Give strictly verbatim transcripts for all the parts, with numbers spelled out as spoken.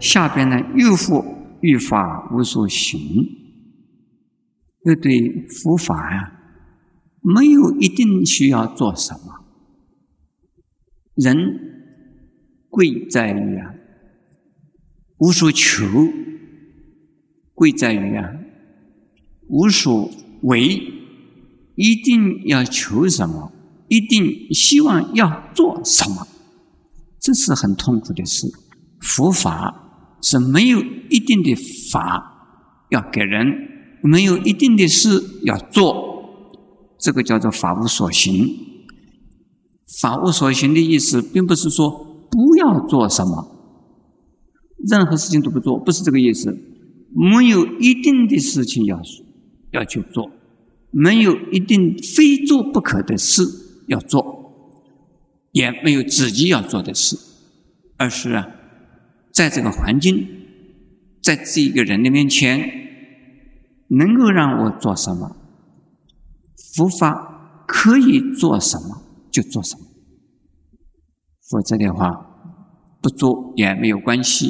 下边呢，欲佛欲法无所行，又对佛法呀、啊，没有一定需要做什么。人贵在于啊，无所求；贵在于啊，无所为。一定要求什么？一定希望要做什么？这是很痛苦的事。佛法是没有一定的法要给人，没有一定的事要做，这个叫做法无所行。法无所行的意思，并不是说不要做什么，任何事情都不做，不是这个意思。没有一定的事情要要去做，没有一定非做不可的事要做，也没有自己要做的事，而是啊，在这个环境，在这个人的面前，能够让我做什么，佛法可以做什么就做什么，否则的话不做也没有关系。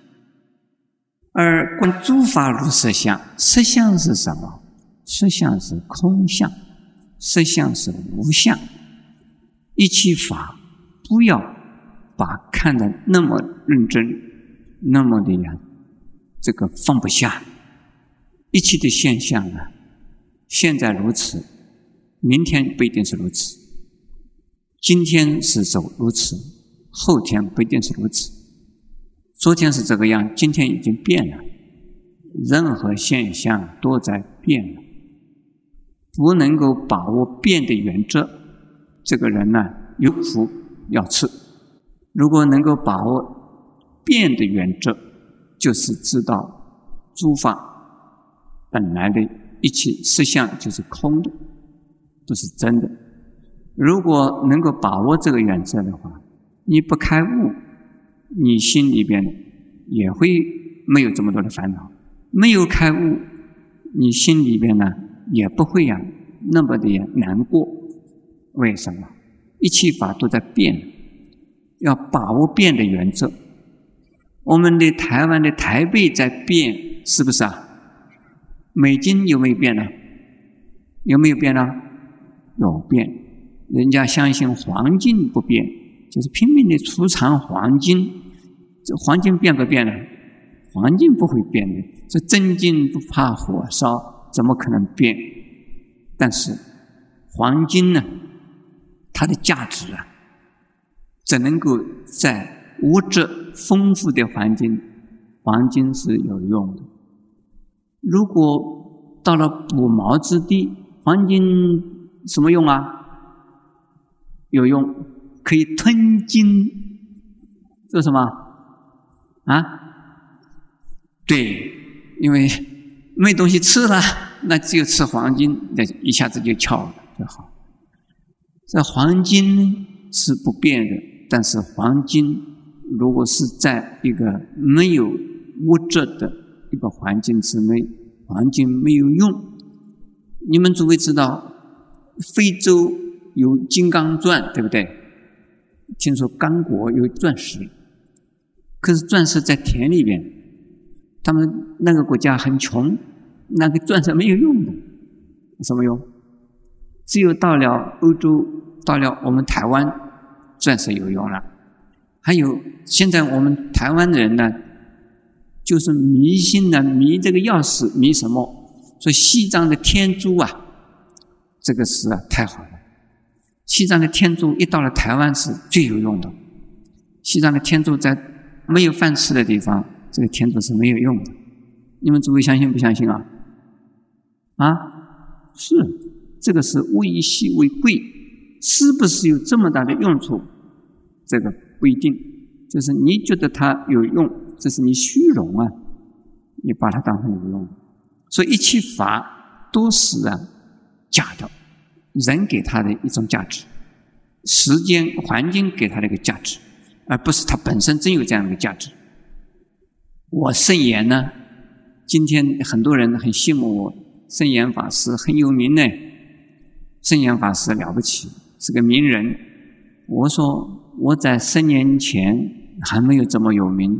而观诸法如实相，实相是什么？实相是空相，实相是无相。一切法不要把看得那么认真，那么的呀，这个放不下。一切的现象啊，现在如此，明天不一定是如此，今天是走如此，后天不一定是如此。昨天是这个样，今天已经变了。任何现象都在变了，不能够把握变的原则，这个人呢有福要吃。如果能够把握变的原则，就是知道诸法本来的一切实相就是空的，不是真的。如果能够把握这个原则的话，你不开悟，你心里边也会没有这么多的烦恼。没有开悟，你心里边呢也不会呀、啊、那么的难过。为什么？一切法都在变，要把握变的原则。我们的台湾的台币在变，是不是啊？美金有没有变呢？有没有变呢？有变。人家相信黄金不变，就是拼命的储藏黄金。这黄金变不变呢？黄金不会变的。这真金不怕火烧，怎么可能变？但是黄金呢，它的价值啊，只能够在物质丰富的环境，黄金是有用的。如果到了不毛之地，黄金什么用啊？有用，可以吞金，做什么啊？对，因为没东西吃了，那只有吃黄金，那一下子就翘了就好。这黄金呢是不变的，但是黄金如果是在一个没有物质的一个环境之内，黄金没有用。你们诸位知道，非洲有金刚钻，对不对？听说刚果有钻石，可是钻石在田里边。他们那个国家很穷，那个钻石没有用的，什么用？只有到了欧洲，到了我们台湾，钻石有用了。还有现在我们台湾人呢，就是迷信呢，迷这个钥匙，迷什么？说西藏的天珠啊，这个是啊太好了。西藏的天珠一到了台湾是最有用的。西藏的天珠在没有饭吃的地方，这个天珠是没有用的。你们诸位相信不相信啊？啊，是，这个是物以稀为贵，是不是有这么大的用处？这个不一定，就是你觉得它有用，这是你虚荣啊，你把它当成有用。所以一切法都是啊假的，人给它的一种价值，时间环境给它的一个价值，而不是它本身真有这样的一个价值。我圣严呢，今天很多人很羡慕我，圣严法师很有名呢，圣严法师了不起，是个名人。我说我在十年前还没有这么有名，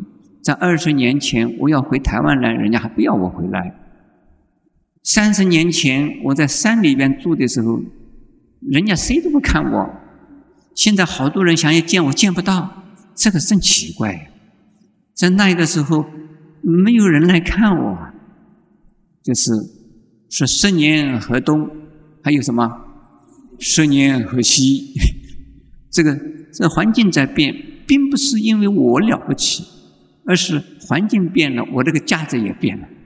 在二十年前我要回台湾来，人家还不要我回来。三十年前我在山里边住的时候，人家谁都不看我。现在好多人想要见我，见不到，这个真奇怪。在那个时候没有人来看我，就是说十年河东，还有什么十年河西。这个这环境在变，并不是因为我了不起，而是环境变了，我这个价值也变了。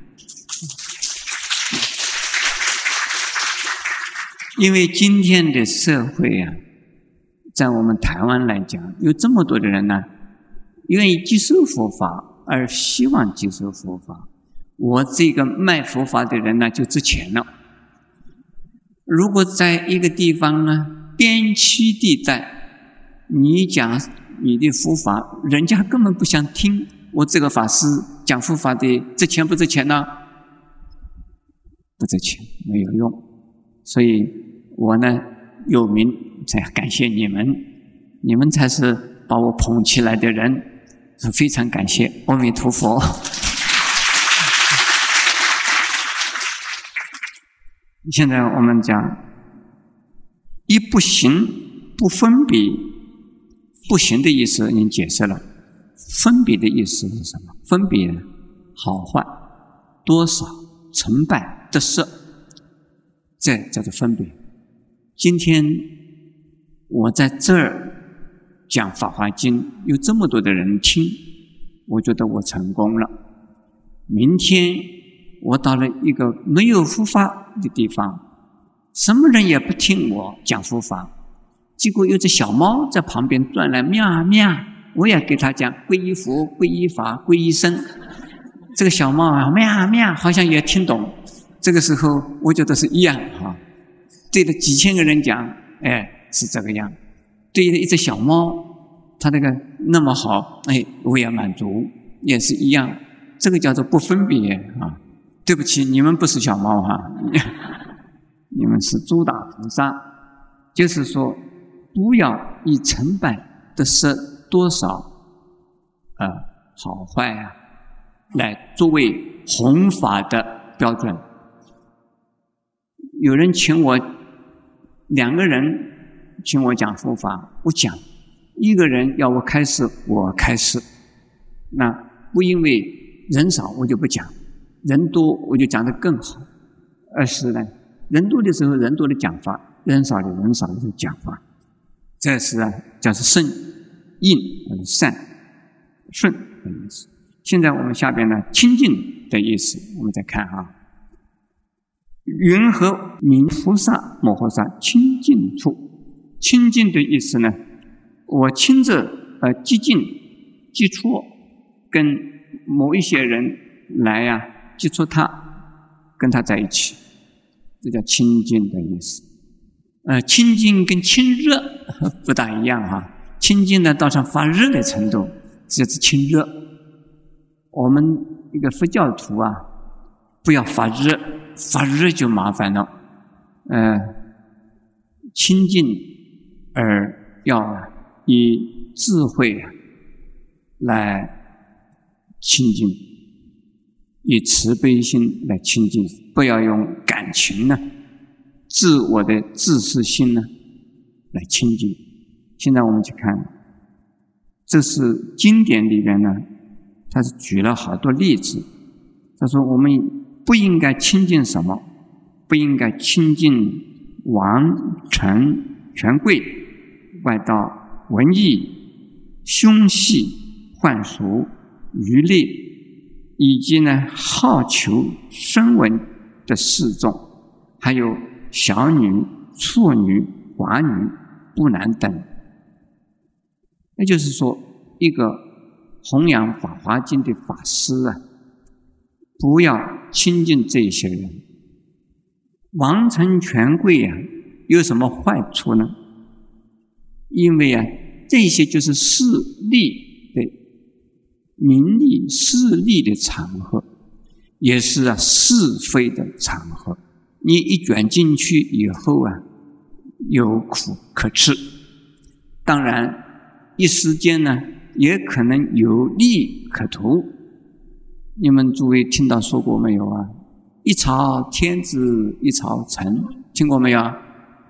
因为今天的社会啊，在我们台湾来讲，有这么多的人呢，愿意接受佛法，而希望接受佛法。我这个卖佛法的人呢，就值钱了。如果在一个地方呢，边区地带，你讲你的佛法，人家根本不想听。我这个法师讲佛法的，值钱不值钱呢？不值钱，没有用。所以我呢有名，才感谢你们，你们才是把我捧起来的人，是非常感谢。阿弥陀佛。现在我们讲一不行不分别，不行的意思已经解释了，分别的意思是什么？分别好坏、多少、成败、得失，这叫做分别。今天我在这儿讲《法华经》，有这么多的人听，我觉得我成功了。明天我到了一个没有佛法的地方，什么人也不听我讲佛法，结果有只小猫在旁边转来喵喵，我也给他讲皈依佛、皈依法、皈依僧。这个小猫啊喵喵，好像也听懂。这个时候我觉得是一样哈，对着几千个人讲，哎，是这个样。对着一只小猫，它那个那么好，哎，我也满足，也是一样。这个叫做不分别啊。对不起，你们不是小猫哈，你们是诸大菩萨。就是说，不要以成败得失多少呃好坏啊，来作为弘法的标准。有人请我，两个人请我讲佛法，我讲；一个人要我开示，我开示。那不因为人少我就不讲，人多我就讲得更好。而是呢，人多的时候人多的讲法，人少的人少的讲法。这是啊，叫是顺应或者善顺的意思。现在我们下边呢，清净的意思，我们再看啊。云何名菩萨摩诃萨清净处？清净的意思呢，我亲自呃接近接触跟某一些人来呀、啊，接触他，跟他在一起，这叫清净的意思。呃，清净跟清热不大一样哈、啊。清净呢，到上发热的程度，这是清热。我们一个佛教徒啊，不要发热，发热就麻烦了。呃，清净而要以智慧来清净，以慈悲心来清净，不要用感情呢、自我的自私心呢来清净。现在我们去看，这是经典里边呢，他是举了好多例子。他说我们不应该亲近什么？不应该亲近王臣权贵、外道文艺、凶细、宦俗、愚劣，以及呢好求声闻的示众，还有小女、处女、寡女、不男等。那就是说，一个弘扬《法华经》的法师啊，不要亲近这些人。王臣权贵啊，有什么坏处呢？因为啊，这些就是势利的名利、势利的场合，也是啊是非的场合。你一卷进去以后啊，有苦可吃。当然，一时间呢， 也可能有利可图。你们诸位听到说过没有啊？一朝天子一朝臣，听过没有啊？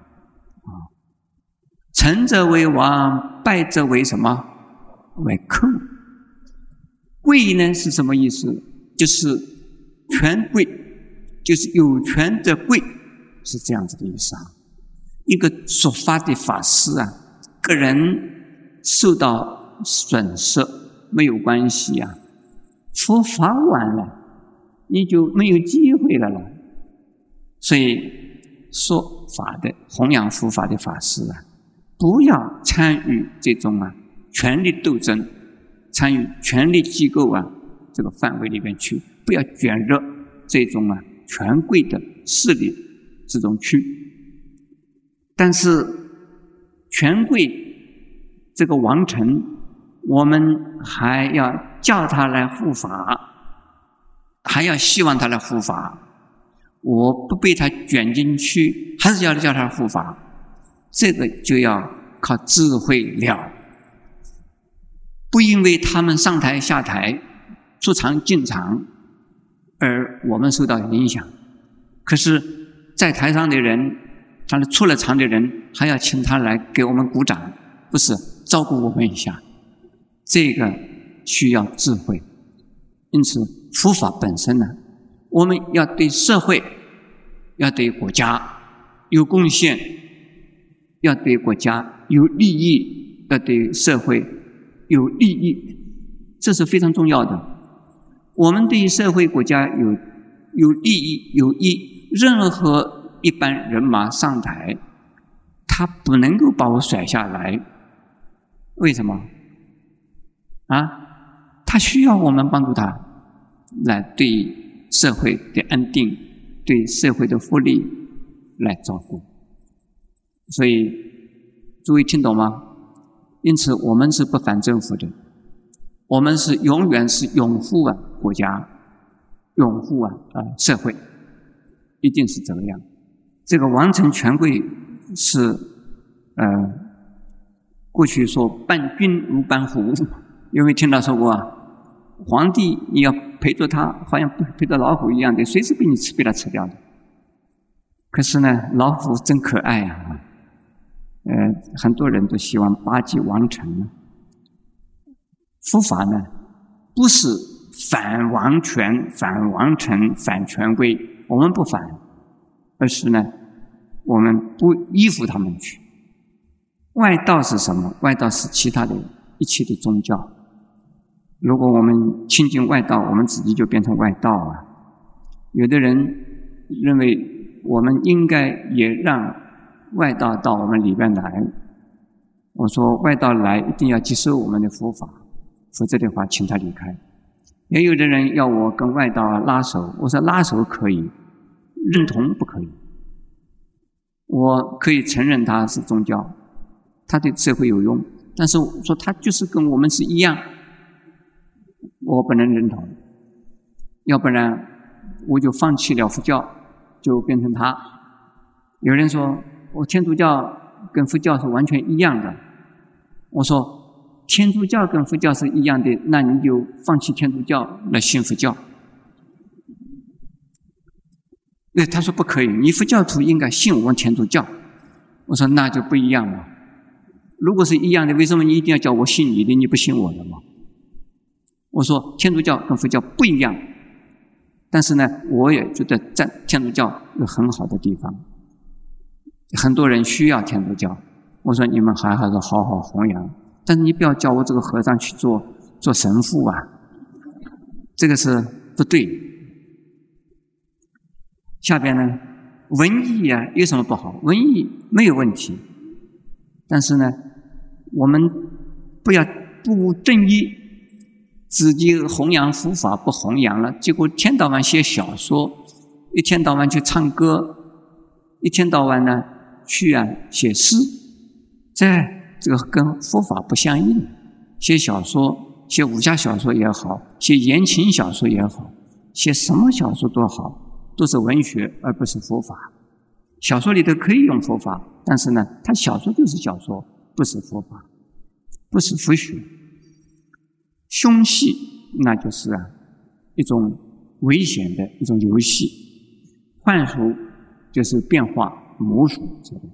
成则为王，败则为什么？为寇。贵呢是什么意思？就是权贵，就是有权的贵，是这样子的意思啊。一个说法的法师啊，个人受到损失没有关系啊，佛法晚了，你就没有机会了了。所以说法的弘扬佛法的法师啊，不要参与这种啊权力斗争，参与权力机构啊这个范围里面去，不要卷入这种啊权贵的势力之中去。但是权贵这个王臣，我们还要叫他来护法，还要希望他来护法。我不被他卷进去，还是要叫他护法，这个就要靠智慧了。不因为他们上台下台、出场进场，而我们受到影响。可是，在台上的人，他出了场的人，还要请他来给我们鼓掌，不是照顾我们一下。这个需要智慧。因此，佛法本身呢，我们要对社会、要对国家有贡献，要对国家有利益，要对社会有利益，这是非常重要的。我们对社会、国家有有利益、有益，任何一般人马上台，他不能够把我甩下来。为什么？啊？他需要我们帮助他，来对社会的安定、对社会的福利来照顾。所以，诸位听懂吗？因此，我们是不反政府的，我们是永远是拥护啊国家，拥护啊呃社会，一定是这个样。这个王臣权贵是呃，过去说伴君如伴虎，有没有听到说过啊？皇帝你要陪着他，好像陪着老虎一样的，随时被你吃，被他吃掉的。可是呢，老虎真可爱啊！呃，很多人都希望巴结王臣。佛法呢，不是反王权、反王臣、反权贵，我们不反，而是呢，我们不依附他们去。外道是什么？外道是其他的一切的宗教。如果我们亲近外道，我们自己就变成外道啊。有的人认为我们应该也让外道到我们里边来。我说外道来一定要接受我们的佛法，否则的话请他离开。也有的人要我跟外道拉手，我说拉手可以，认同不可以。我可以承认他是宗教，他对社会有用，但是我说他就是跟我们是一样，我不能认同。要不然我就放弃了佛教，就变成他。有人说我天主教跟佛教是完全一样的，我说天主教跟佛教是一样的，那你就放弃天主教来信佛教。那他说不可以，你佛教徒应该信我们天主教。我说那就不一样了。如果是一样的，为什么你一定要叫我信你的，你不信我的吗？我说天主教跟佛教不一样，但是呢，我也觉得在天主教有很好的地方，很多人需要天主教。我说你们还还是好好弘扬，但是你不要叫我这个和尚去做做神父啊，这个是不对。下边呢，文艺啊有什么不好？文艺没有问题，但是呢，我们不要不务正业，自己弘扬佛法不弘扬了，结果一天到晚写小说，一天到晚去唱歌，一天到晚呢去啊写诗，这这个跟佛法不相应。写小说，写武侠小说也好，写言情小说也好，写什么小说都好，都是文学而不是佛法。小说里头可以用佛法，但是呢，它小说就是小说，不是佛法，不是佛学。 凶戏那就是啊一种危险的一种游戏，幻术就是变化魔术之类。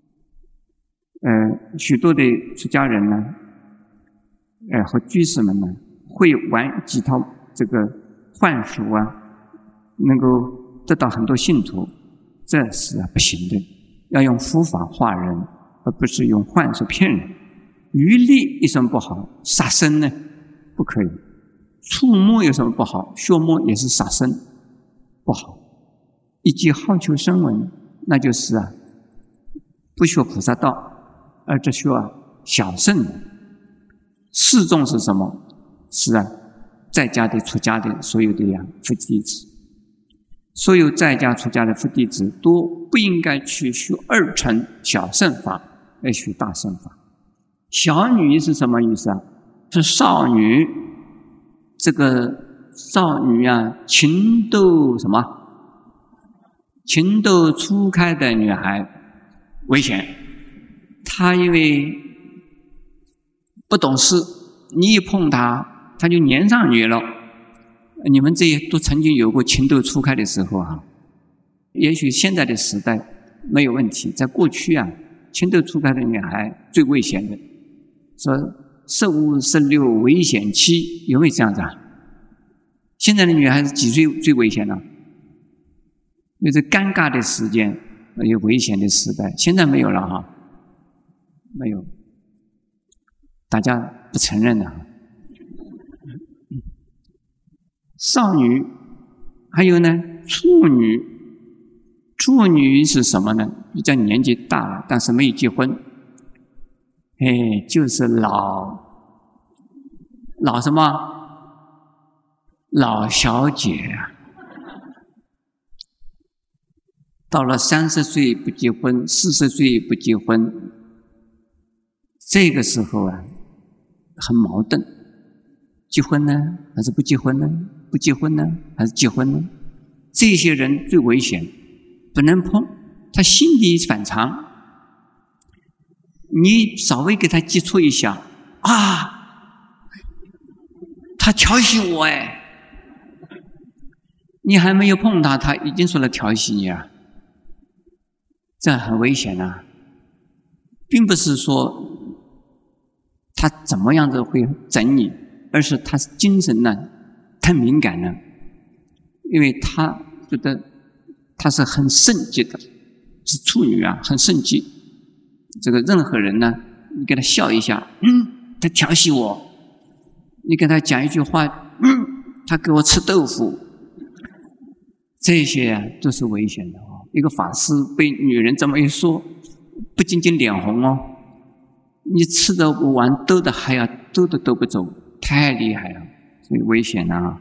呃，许多的出家人呢，呃和居士们呢，会玩几套这个幻术啊，能够得到很多信徒，这是不行的。要用佛法化人，而不是用幻术骗人。余力有什么不好？杀生呢？不可以。触摸有什么不好？血摸也是杀生，不好。以及好求声闻，那就是啊，不学菩萨道，而只学啊小圣人。四众是什么？是啊，在家的、出家的所有的呀佛弟子，所有在家出家的佛弟子都不应该去学二乘小乘法，来学大乘法。小女是什么意思啊？是少女。这个少女啊，情窦什么？情窦初开的女孩危险。她因为不懂事，你一碰她，她就粘上你了。你们这些都曾经有过情窦初开的时候啊。也许现在的时代没有问题，在过去啊，情窦初开的女孩最危险的。说十五、十六危险期，有没有这样子啊？现在的女孩子几岁最危险呢？有这尴尬的时间，有危险的时代，现在没有了哈，没有，大家不承认的。少女，还有呢，处女。处女是什么呢？比较年纪大了，但是没有结婚。哎，就是老老什么老小姐啊，到了三十岁不结婚，四十岁不结婚，这个时候啊，很矛盾，结婚呢还是不结婚呢？不结婚呢还是结婚呢？这些人最危险，不能碰，他心理反常。你稍微给他接触一下啊，他调戏我哎！你还没有碰他，他已经说了调戏你啊，这很危险啊！并不是说他怎么样子会整你，而是他精神呢太敏感了，因为他觉得他是很圣洁的，是处女啊，很圣洁。这个任何人呢，你给他笑一下，嗯，他调戏我；你给他讲一句话，嗯，他给我吃豆腐。这些啊都是危险的哦。一个法师被女人这么一说，不仅仅脸红哦，你吃的不完，兜的还要兜的兜不走，太厉害了，所以危险啊。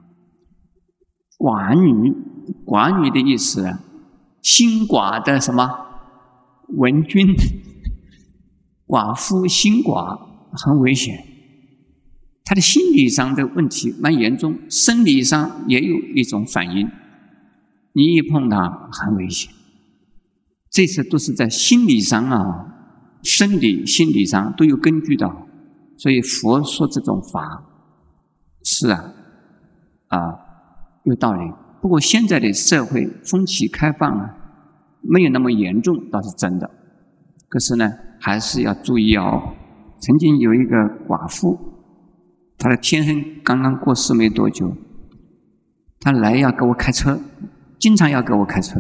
寡女，寡女的意思啊，新寡的什么？文君，寡妇新寡很危险，他的心理上的问题蛮严重，生理上也有一种反应，你一碰他很危险。这些都是在心理上啊，生理、心理上都有根据的，所以佛说这种法是啊啊有道理。不过现在的社会风气开放啊，没有那么严重，倒是真的。可是呢，还是要注意哦。曾经有一个寡妇，她的先生刚刚过世没多久，她来要给我开车，经常要给我开车。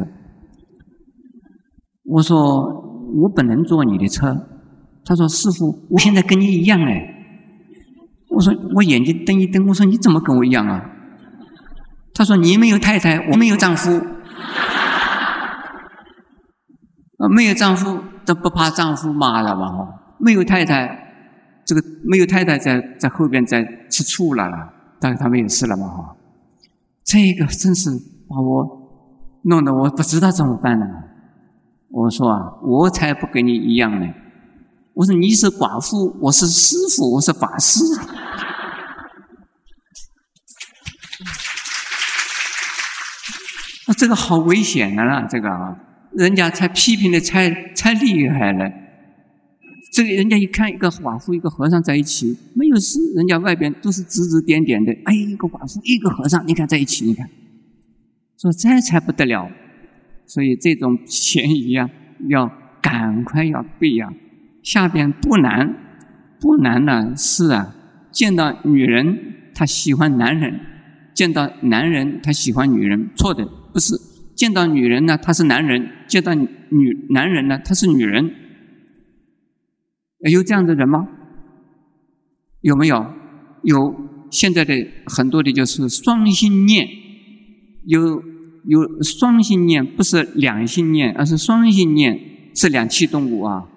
我说我不能坐你的车。她说师父，我现在跟你一样哎。我说我眼睛瞪一瞪，我说你怎么跟我一样啊？她说你没有太太，我没有丈夫。没有丈夫都不怕丈夫骂了吧？没有太太，这个没有太太在在后边在吃醋了啦，但是他没有事了嘛哈。这个真是把我弄得我不知道怎么办了。我说啊，我才不跟你一样呢。我说你是寡妇，我是师父，我是法师。啊，这个好危险的啦，这个啊。人家才批评的才才厉害了， 这个人家一看一个寡妇一个和尚在一起，没有事，人家外边都是指指点点的。哎，一个寡妇一个和尚，你看在一起，你看，说这才不得了。所以这种嫌疑啊，要赶快要避啊。下边不难，不难呢是啊，见到女人他喜欢男人，见到男人他喜欢女人，错的，不是。见到女人呢他是男人，见到女男人呢他是女人。有这样的人吗？有没有？有。现在的很多的就是双性恋，有有双性恋，不是两性恋，而是双性恋，是两栖动物啊。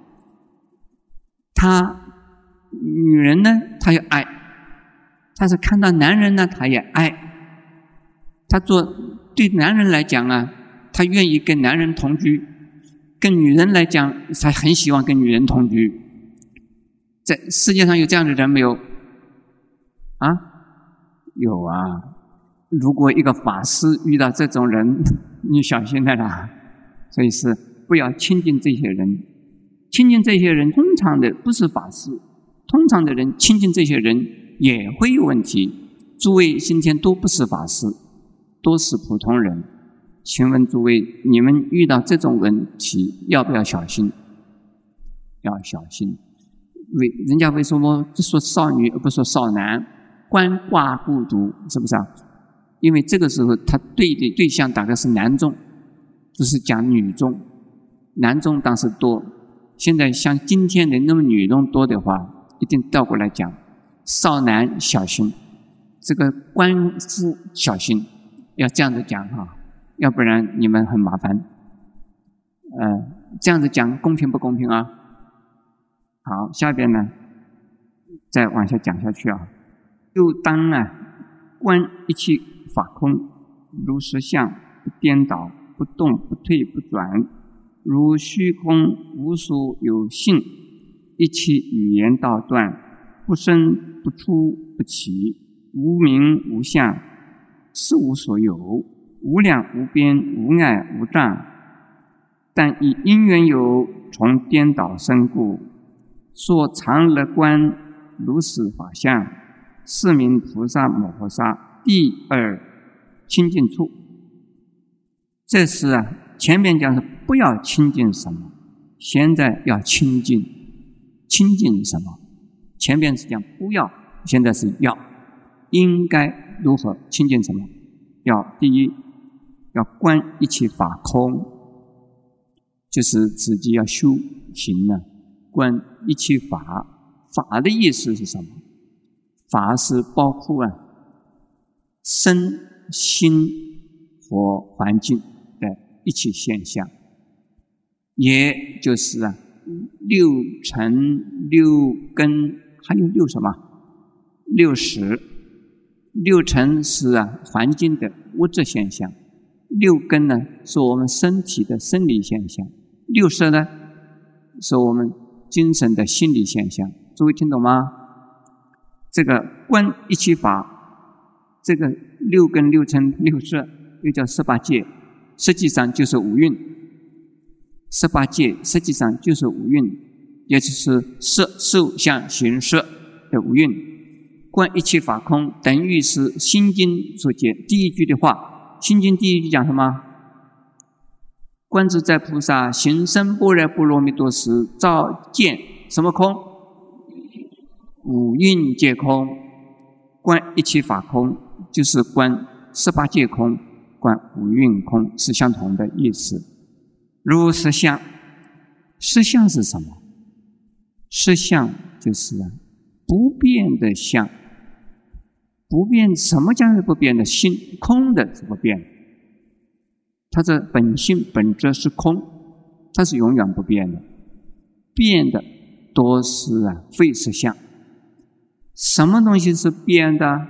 他女人呢，她也爱，但是看到男人呢，她也爱。他做对男人来讲啊，他愿意跟男人同居；跟女人来讲，他很喜欢跟女人同居。在世界上有这样的人没有？啊，有啊。如果一个法师遇到这种人，你小心了啦。所以是不要亲近这些人。亲近这些人，通常的不是法师，通常的人亲近这些人也会有问题。诸位今天都不是法师，都是普通人。请问诸位，你们遇到这种问题要不要小心？要小心。为人家为什么说少女而不说少男？鳏寡孤独，是不是啊？因为这个时候他对的对象大概是男众，不是讲女众。男众当时多，现在像今天的那么女众多的话，一定倒过来讲，少男小心，这个鳏妇小心，要这样子讲哈，要不然你们很麻烦。呃，这样子讲公平不公平啊？好，下边呢，再往下讲下去啊。又当啊，观一切法空，如实相，不颠倒，不动，不退，不转，如虚空无所有性，一切语言道断，不生不出不起，无名无相，是无所有，无量无边，无碍无障，但以因缘有，从颠倒生故，说常乐观如是法相，是名菩萨摩诃萨第二清净处。这是啊，前面讲是不要亲近什么，现在要亲近。亲近什么？前面是讲不要，现在是要。应该如何亲近什么？要第一，要观一切法空，就是自己要修行呢。观一切法，法的意思是什么？法是包括啊身心和环境的一切现象，也就是啊六尘六根，还有六什么？六识。六尘是啊环境的物质现象，六根呢是我们身体的生理现象，六识呢是我们精神的心理现象。诸位听懂吗？这个观一切法，这个六根六尘六识又叫十八界，实际上就是五蕴。十八界实际上就是五蕴，也就是色受想行识的五蕴。观一切法空，等于是《心经》所解第一句的话。《心经》第一句讲什么？观自在菩萨行深般若波罗蜜多时，照见什么空？五蕴皆空。观一切法空，就是观十八界空，观五蕴空，是相同的意思。如实相，实相是什么？实相就是啊不变的相。不变，什么叫是不变的？心空的是不变，它的本性本质是空，它是永远不变的。变的多是啊非实相。什么东西是变的？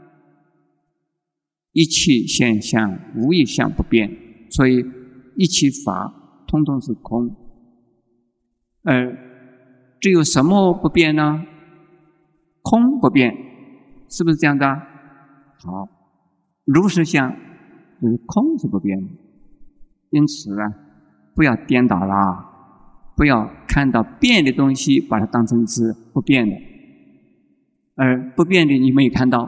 一切现象无一项不变，所以一切法通通是空。而只有什么不变呢？空不变，是不是这样的？好，如实相就是空是不变的。因此啊，不要颠倒啦。 不要看到变的东西把它当成是不变的，而不变的你没有看到，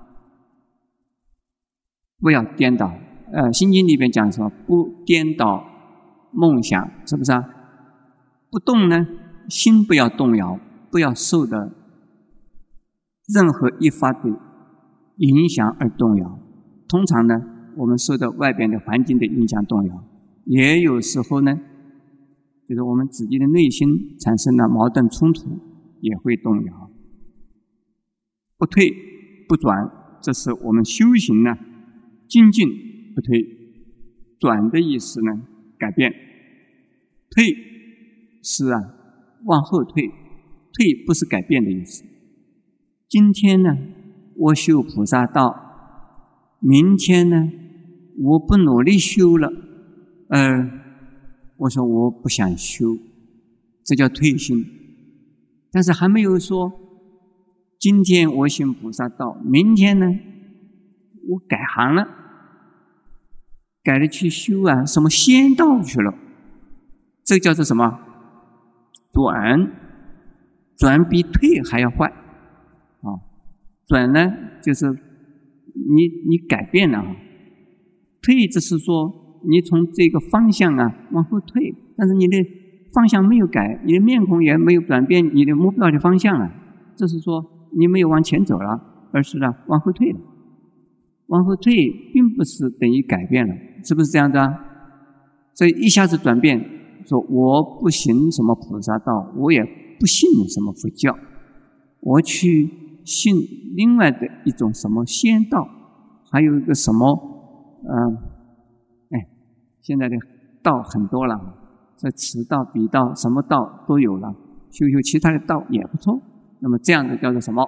不要颠倒。呃，《心经》里边讲说，不颠倒梦想，是不是啊？不动呢，心不要动摇，不要受的任何一发的影响而动摇。通常呢，我们受到外边的环境的影响动摇，也有时候呢，就是我们自己的内心产生了矛盾冲突，也会动摇。不退不转，这是我们修行呢，精进不退。转的意思呢，改变。退是啊，往后退，退不是改变的意思。今天呢，我修菩萨道，明天呢，我不努力修了，呃，我说我不想修，这叫退心。但是还没有说，今天我行菩萨道，明天呢，我改行了，改了去修啊什么仙道去了，这叫做什么？转，转比退还要坏啊！转呢，就是你你改变了啊；退只是说你从这个方向啊往后退，但是你的方向没有改，你的面孔也没有转变你的目标的方向啊。这是说你没有往前走了，而是呢往后退了。往后退并不是等于改变了，是不是这样子啊？所以一下子转变，说我不行什么菩萨道，我也不信什么佛教，我去信另外的一种什么仙道，还有一个什么，嗯、呃，哎，现在的道很多了，这此道彼道什么道都有了，修修其他的道也不错。那么这样的叫做什么？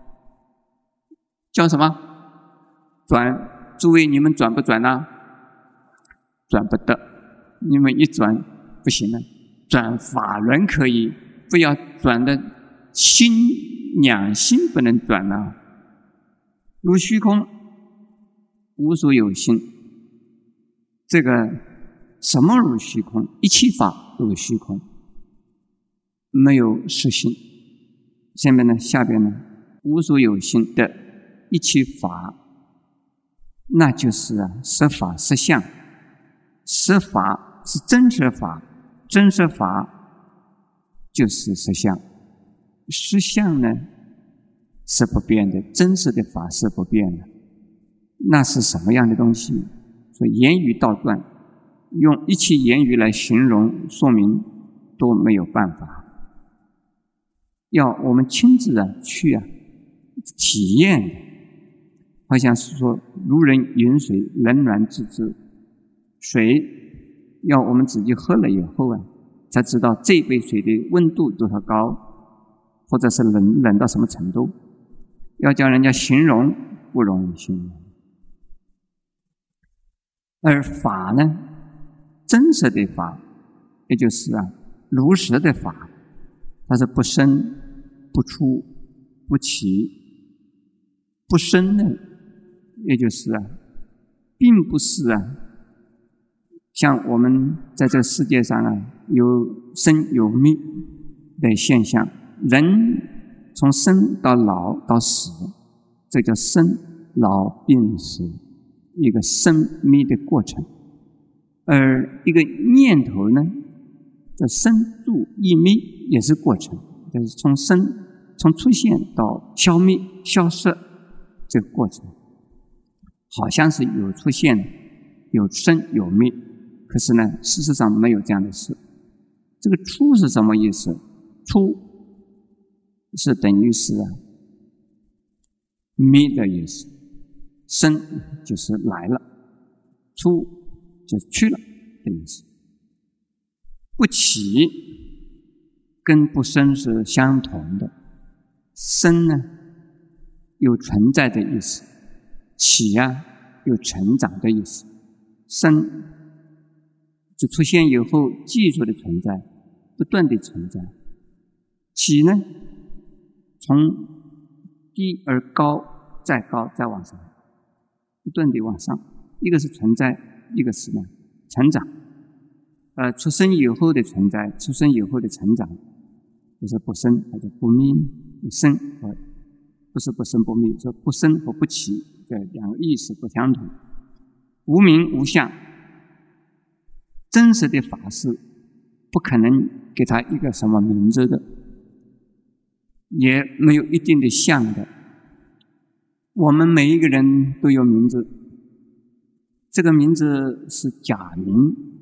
叫什么？转。诸位，你们转不转呢？转不得，你们一转不行了。转法轮可以，不要转的心两心不能转了。如虚空，无所有心。这个什么如虚空？一切法如虚空，没有实心。下面呢，下边呢，无所有心的一切法，那就是啊，实法实相。实法是真实法，真实法就是实相。实相呢是不变的，真实的法是不变的。那是什么样的东西？所以言语道断，用一切言语来形容说明都没有办法。要我们亲自啊去啊体验，好像是说如人饮水，冷暖自知。水要我们自己喝了以后啊，才知道这杯水的温度多少高，或者是冷冷到什么程度。要叫人家形容不容易形容。而法呢，真实的法，也就是啊如实的法，它是不生不出不起。不生呢，也就是啊并不是啊像我们在这个世界上啊有生有灭的现象，人从生到老到死，这叫生老病死，一个生灭的过程。而一个念头呢，这生住异灭也是过程，就是从生从出现到消灭消失这个过程，好像是有出现有生有灭，可是呢事实上没有这样的事。这个出是什么意思？出是等于是啊灭的意思，生就是来了，出就是去了的意思。不起跟不生是相同的，生呢有存在的意思，起呀、啊、有成长的意思。生就出现以后继续的存在，不断的存在。起呢从低而高，再高再往上，不断的往上，一个是存在，一个是呢成长。 呃，出生以后的存在，出生以后的成长，就是不生或者不灭。生和不是不生不灭，说不生和不起，这两个意思不相同。无名无相，真实的法是不可能给他一个什么名字的，也没有一定的相的。我们每一个人都有名字，这个名字是假名。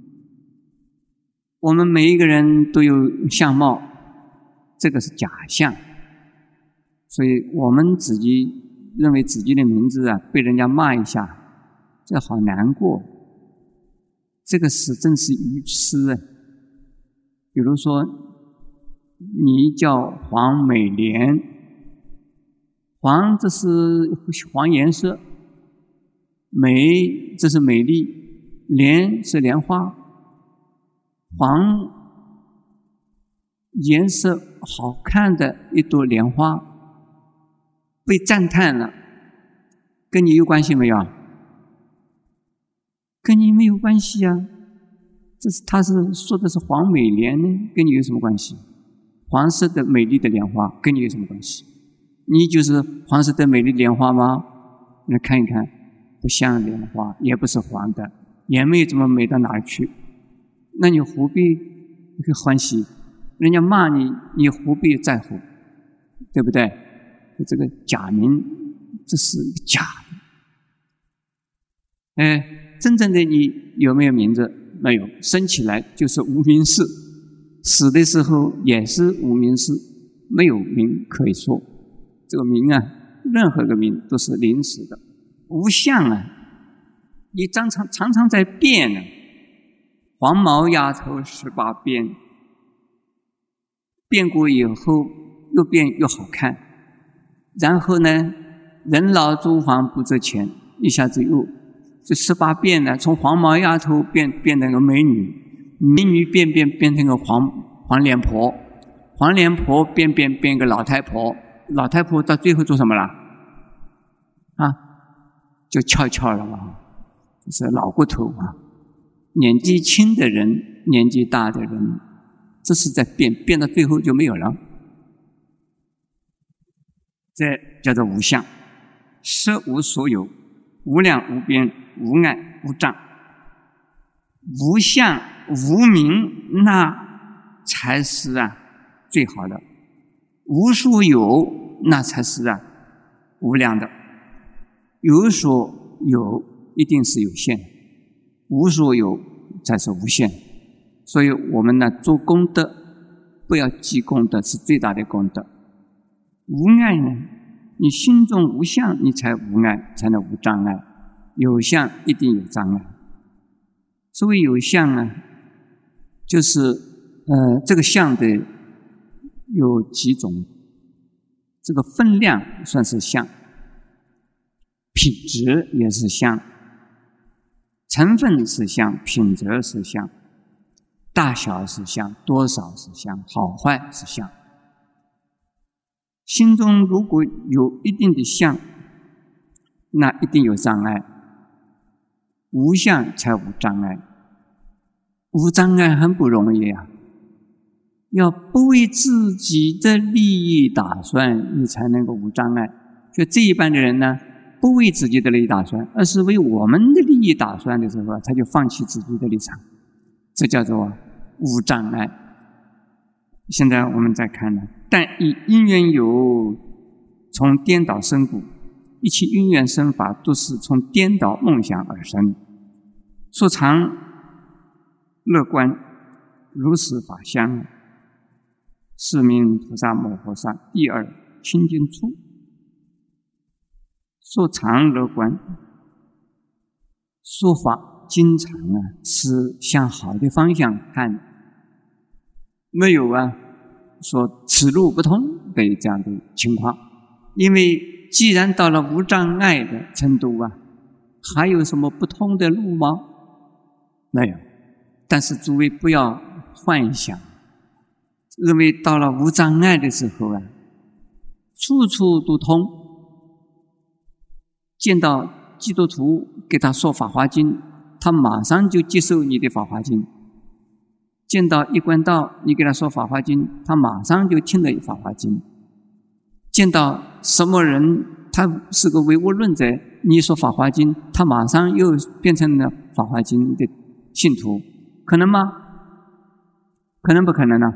我们每一个人都有相貌，这个是假相。所以我们自己认为自己的名字啊，被人家骂一下，这好难过。这个是真是愚痴啊！比如说，你叫黄美莲，黄这是黄颜色，美这是美丽，莲是莲花，黄颜色好看的一朵莲花。被赞叹了，跟你有关系没有？跟你没有关系啊！这是他是说的是黄美莲呢，跟你有什么关系？黄色的美丽的莲花跟你有什么关系？你就是黄色的美丽的莲花吗？来看一看，不像莲花，也不是黄的，也没有这么美到哪儿去。那你何必欢喜？人家骂你，你何必在乎？对不对？这个假名，这是一个假的。哎，真正的你有没有名字？没有，生起来就是无名氏，死的时候也是无名氏，没有名可以说。这个名啊，任何个名都是临时的，无相啊，你常常常常在变呢、啊。黄毛丫头十八变，变过以后又变又好看。然后呢，人老珠黄不值钱，一下子又这十八变呢，从黄毛丫头变变成个美女，美女变变变成个黄黄脸婆，黄脸婆变变变个老太婆，老太婆到最后做什么了？啊，就翘翘了嘛，就是老骨头啊。年纪轻的人，年纪大的人，这是在变，变到最后就没有了。这叫做无相，色无所有，无量无边，无碍无障。无相无名，那才是啊最好的。无所有，那才是啊无量的。有所有一定是有限，无所有才是无限。所以我们呢做功德，不要积功德是最大的功德。无碍呢，你心中无相，你才无碍，才能无障碍。有相一定有障碍。所谓有相呢，就是呃这个相的有几种，这个分量算是相，品质也是相，成分是相，品质是相，大小是相，多少是相，好坏是相。心中如果有一定的相，那一定有障碍。无相才无障碍，无障碍很不容易啊！要不为自己的利益打算，你才能够无障碍。就这一般的人呢，不为自己的利益打算，而是为我们的利益打算的时候，他就放弃自己的立场，这叫做无障碍。现在我们再看呢，但以因缘有，从颠倒生故，一切因缘生法都是从颠倒梦想而生。所常乐观，如是法相，是名菩萨摩诃萨第二清净处。说常乐观，说法经常啊是向好的方向看，没有啊说此路不通的这样的情况。因为既然到了无障碍的程度啊，还有什么不通的路吗？没有。但是诸位不要幻想，认为到了无障碍的时候啊，处处都通。见到基督徒给他说法华经，他马上就接受你的法华经。 见到一贯道，你给他说《法华经》，他马上就听得《法华经》。见到什么人，他是个唯物论者，你说《法华经》，他马上又变成了《法华经》的信徒，可能吗？可能不可能呢？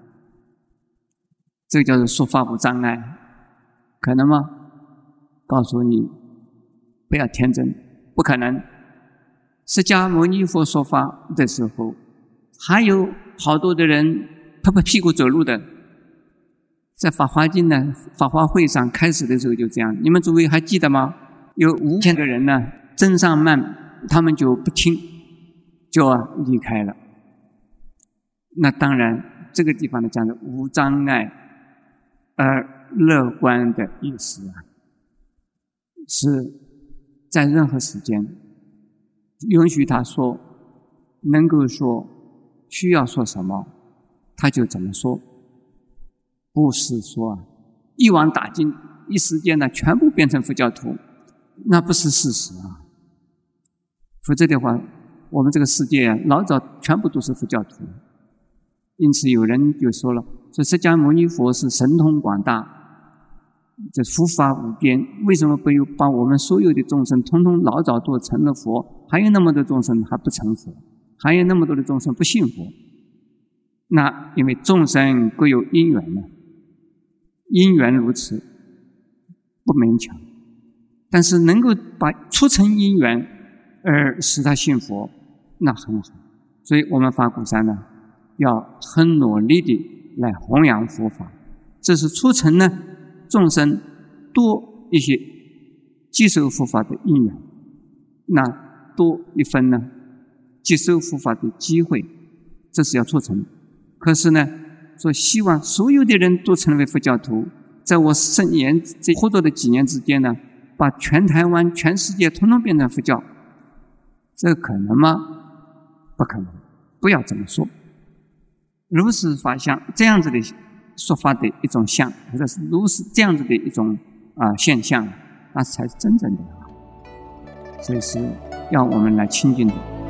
这个叫做说法无障碍，可能吗？告诉你，不要天真，不可能。释迦牟尼佛说法的时候，还有好多的人拍拍屁股走路的。在法华经呢，法华会上开始的时候就这样，你们诸位还记得吗？有五千个人呢，增上慢，他们就不听，就离开了。那当然，这个地方呢讲的无障碍而乐观的意思啊，是在任何时间允许他说，能够说，需要说什么，他就怎么说。不是说啊，一网打尽，一时间呢全部变成佛教徒，那不是事实啊。否则的话，我们这个世界啊，老早全部都是佛教徒。因此有人就说了，说释迦牟尼佛是神通广大，这佛法无边，为什么不有把我们所有的众生统统老早都成了佛，还有那么多众生还不成佛，还有那么多的众生不信佛？那因为众生各有因缘呢，因缘如此，不勉强。但是能够把促成因缘而使他信佛，那很好。所以我们法鼓山呢，要很努力的来弘扬佛法，这是促成呢众生多一些接受佛法的因缘，那多一分呢接受佛法的机会，这是要促成。可是呢，说希望所有的人都成为佛教徒，在我生延这活着的几年之间呢，把全台湾、全世界统统变成佛教，这可能吗？不可能，不要这么说。如是法相，这样子的说法的一种相，或者是如是这样子的一种啊、呃、现象，那才是真正的，所以是要我们来亲近的。